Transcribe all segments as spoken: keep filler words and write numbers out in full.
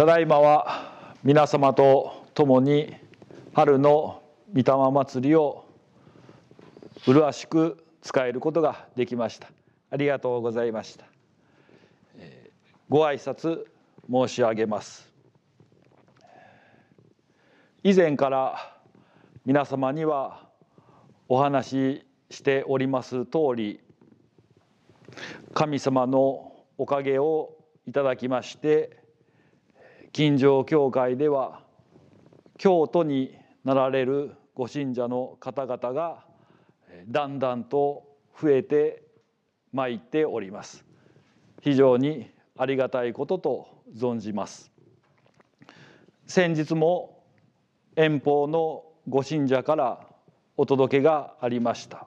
ただいまは皆様と共に春の御霊祭りを麗しく使えることができました。ありがとうございました。ご挨拶申し上げます。以前から皆様にはお話ししております通り、神様のおかげをいただきまして、近城教会では教徒になられるご信者の方々がだんだんと増えてまいっております。非常にありがたいことと存じます。先日も遠方のご信者からお届けがありました。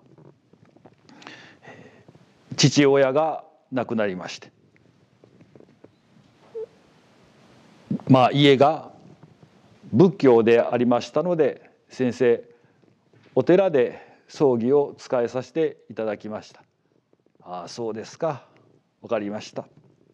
父親が亡くなりまして、まあ家が仏教でありましたので、先生お寺で葬儀を仕えさせていただきました。ああ、そうですか、わかりました。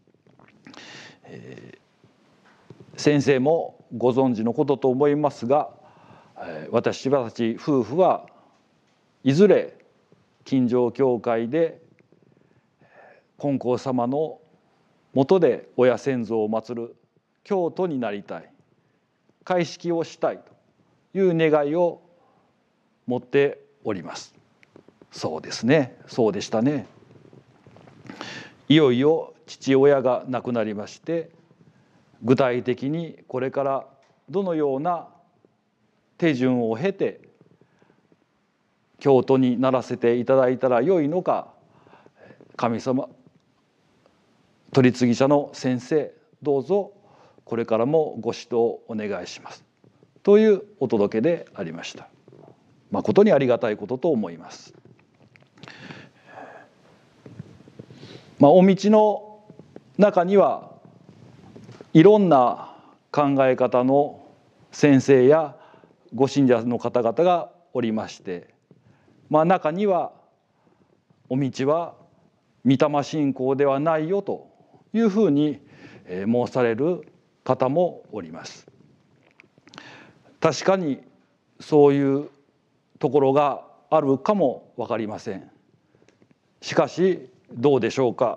えー、先生もご存知のことと思いますが、私たち夫婦はいずれ近城教会で金光様の下で親先祖を祀る教徒になりたい、開式をしたいという願いを持っております。そうですね、そうでしたね。いよいよ父親が亡くなりまして、具体的にこれからどのような手順を経て教徒にならせていただいたらよいのか、神様、取り次ぎ者の先生、どうぞこれからもご指導をお願いしますというお届けでありました。誠にありがたいことと思います。まあ、お道の中にはいろんな考え方の先生やご信者の方々がおりまして、まあ、中にはお道は御霊信仰ではないよというふうに申される方もおります。確かにそういうところがあるかも分かりません。しかしどうでしょうか。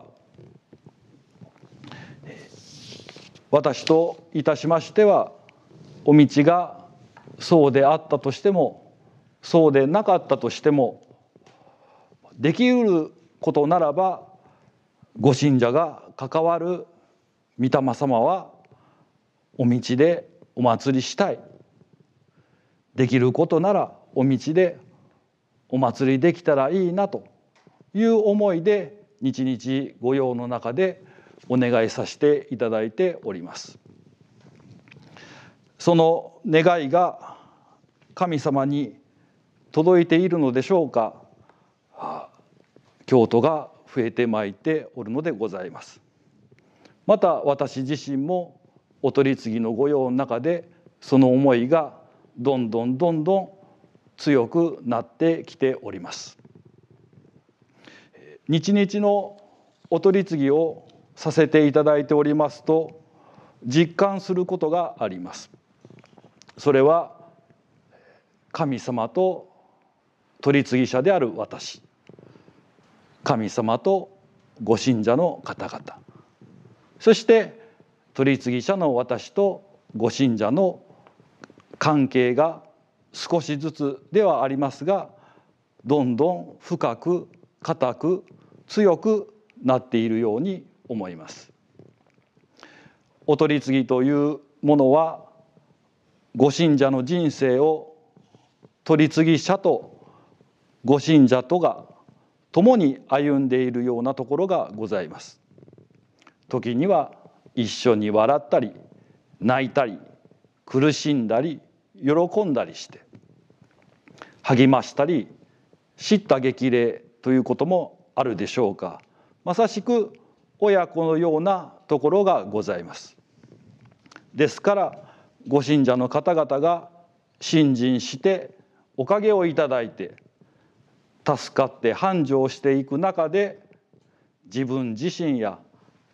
私といたしましては、お道がそうであったとしてもそうでなかったとしても、できうることならばご信者が関わる御霊様はお道でお祭りしたい、できることならお道でお祭りできたらいいなという思いで日々御用の中でお願いさせていただいております。その願いが神様に届いているのでしょうか。教徒が増えてまいっておるのでございます。また私自身もお取り次ぎの御用の中でその思いがどんどんどんどん強くなってきております。日々のお取り次ぎをさせていただいておりますと実感することがあります。それは神様と取り次ぎ者である私、神様とご信者の方々、そして取り次ぎ者の私とご信者の関係が少しずつではありますが、どんどん深く固く強くなっているように思います。お取り次ぎというものはご信者の人生を取り次ぎ者とご信者とが共に歩んでいるようなところがございます。時には一緒に笑ったり泣いたり苦しんだり喜んだりして励ましたり叱咤激励ということもあるでしょうか。まさしく親子のようなところがございます。ですからご信者の方々が信心しておかげをいただいて助かって繁盛していく中で、自分自身や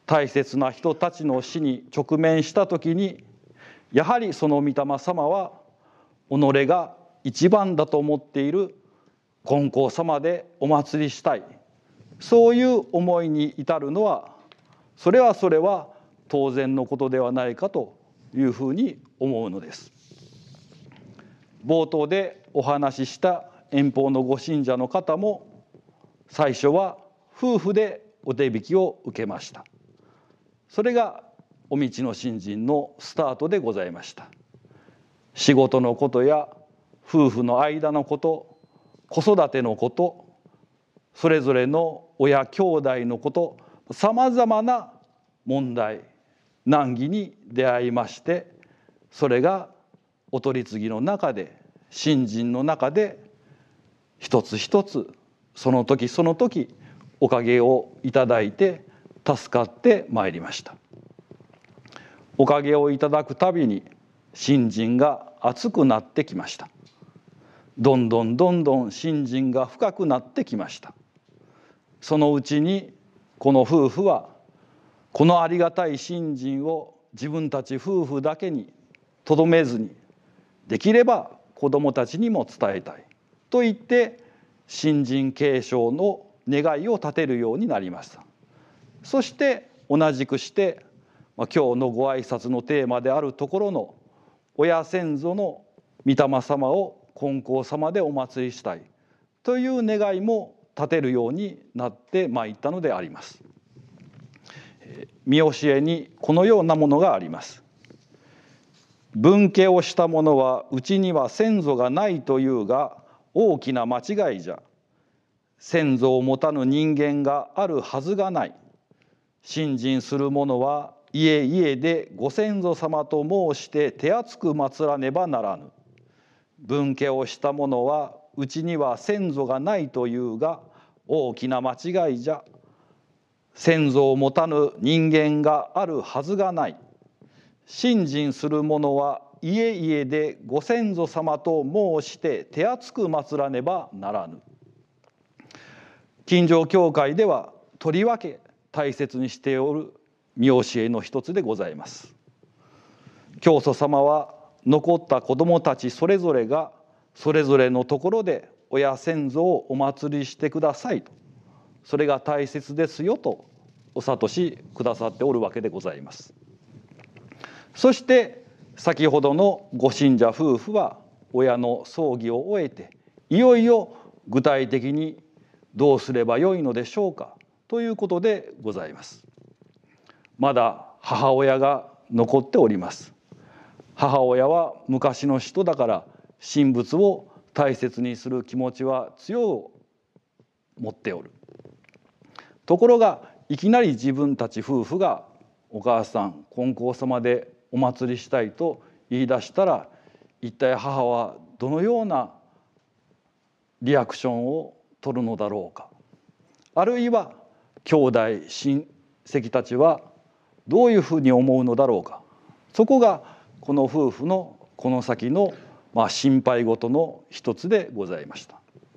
大切な人たちの死に直面した時に、やはりその御霊様は己が一番だと思っている金光様でお祭りしたい、そういう思いに至るのは、それはそれは当然のことではないかというふうに思うのです。冒頭でお話しした遠方のご信者の方も、最初は夫婦でお手引きを受けました。それがお道の信心のスタートでございました。仕事のことや夫婦の間のこと、子育てのこと、それぞれの親兄弟のこと、さまざまな問題難儀に出会いまして、それがお取り次ぎの中で、信心の中で一つ一つその時その時おかげをいただいて助かってまいりました。おかげをいただくたびに信心が厚くなってきました。どんどんどんどん信心が深くなってきました。そのうちにこの夫婦はこのありがたい信心を自分たち夫婦だけにとどめずに、できれば子どもたちにも伝えたいと言って信心継承の願いを立てるようになりました。そして同じくして今日のご挨拶のテーマであるところの親先祖の御霊様を金光様でお祭りしたいという願いも立てるようになってまいったのであります。見教えにこのようなものがあります。分家をした者はうちには先祖がないというが大きな間違いじゃ。先祖を持たぬ人間があるはずがない。信心する者は家々でご先祖様と申して手厚く祀らねばならぬ。分家をした者はうちには先祖がないというが大きな間違いじゃ。先祖を持たぬ人間があるはずがない。信心する者は家々でご先祖様と申して手厚く祀らねばならぬ。近所教会ではとりわけ大切にしておる見教えの一つでございます。教祖様は残った子どもたちそれぞれがそれぞれのところで親先祖をお祭りしてくださいと、それが大切ですよとお諭しくださっておるわけでございます。そして先ほどのご信者夫婦は親の葬儀を終えて、いよいよ具体的にどうすればよいのでしょうかということでございます。まだ母親が残っております。母親は昔の人だから神仏を大切にする気持ちは強く持っておる。ところがいきなり自分たち夫婦がお母さん金光様でお祭りしたいと言い出したら、一体母はどのようなリアクションを取るのだろうか、あるいは兄弟親戚たちはどういうふうに思うのだろうか。そこがこの夫婦のこの先のまあ心配事の一つでございました。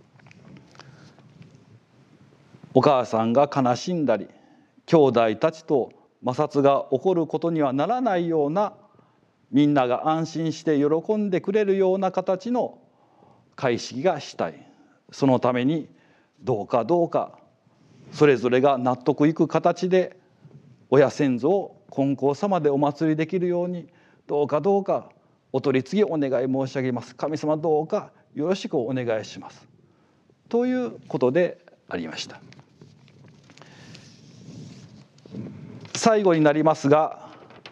お母さんが悲しんだり、兄弟たちと摩擦が起こることにはならないような、みんなが安心して喜んでくれるような形の会式がしたい。そのためにどうかどうかそれぞれが納得いく形で親先祖を金光様でお祭りできるように、どうかどうかお取り次ぎお願い申し上げます。神様どうかよろしくお願いします。ということでありました。最後になりますが、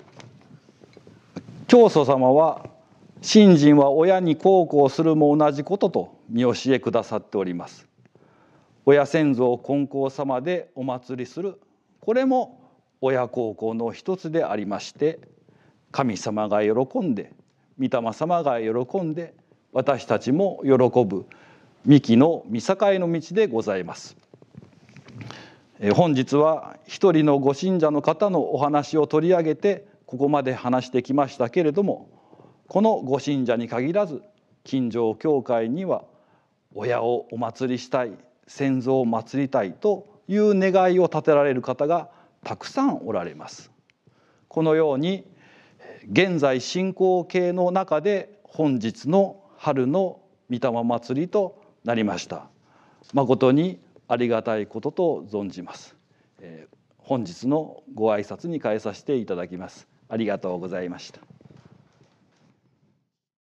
教祖様は信心は親に孝行するも同じことと見教えくださっております。親先祖を金光様でお祭りする、これも親孝行の一つでありまして、神様が喜んで御霊様が喜んで私たちも喜ぶ御木の御境の道でございます。本日は一人のご信者の方のお話を取り上げてここまで話してきましたけれども、このご信者に限らず近所教会には親をお祭りしたい、先祖を祭りたいという願いを立てられる方がたくさんおられます。このように現在進行形の中で本日の春の御霊祭りとなりました。誠にありがたいことと存じます。えー、本日のご挨拶に変えさせていただきます。ありがとうございました。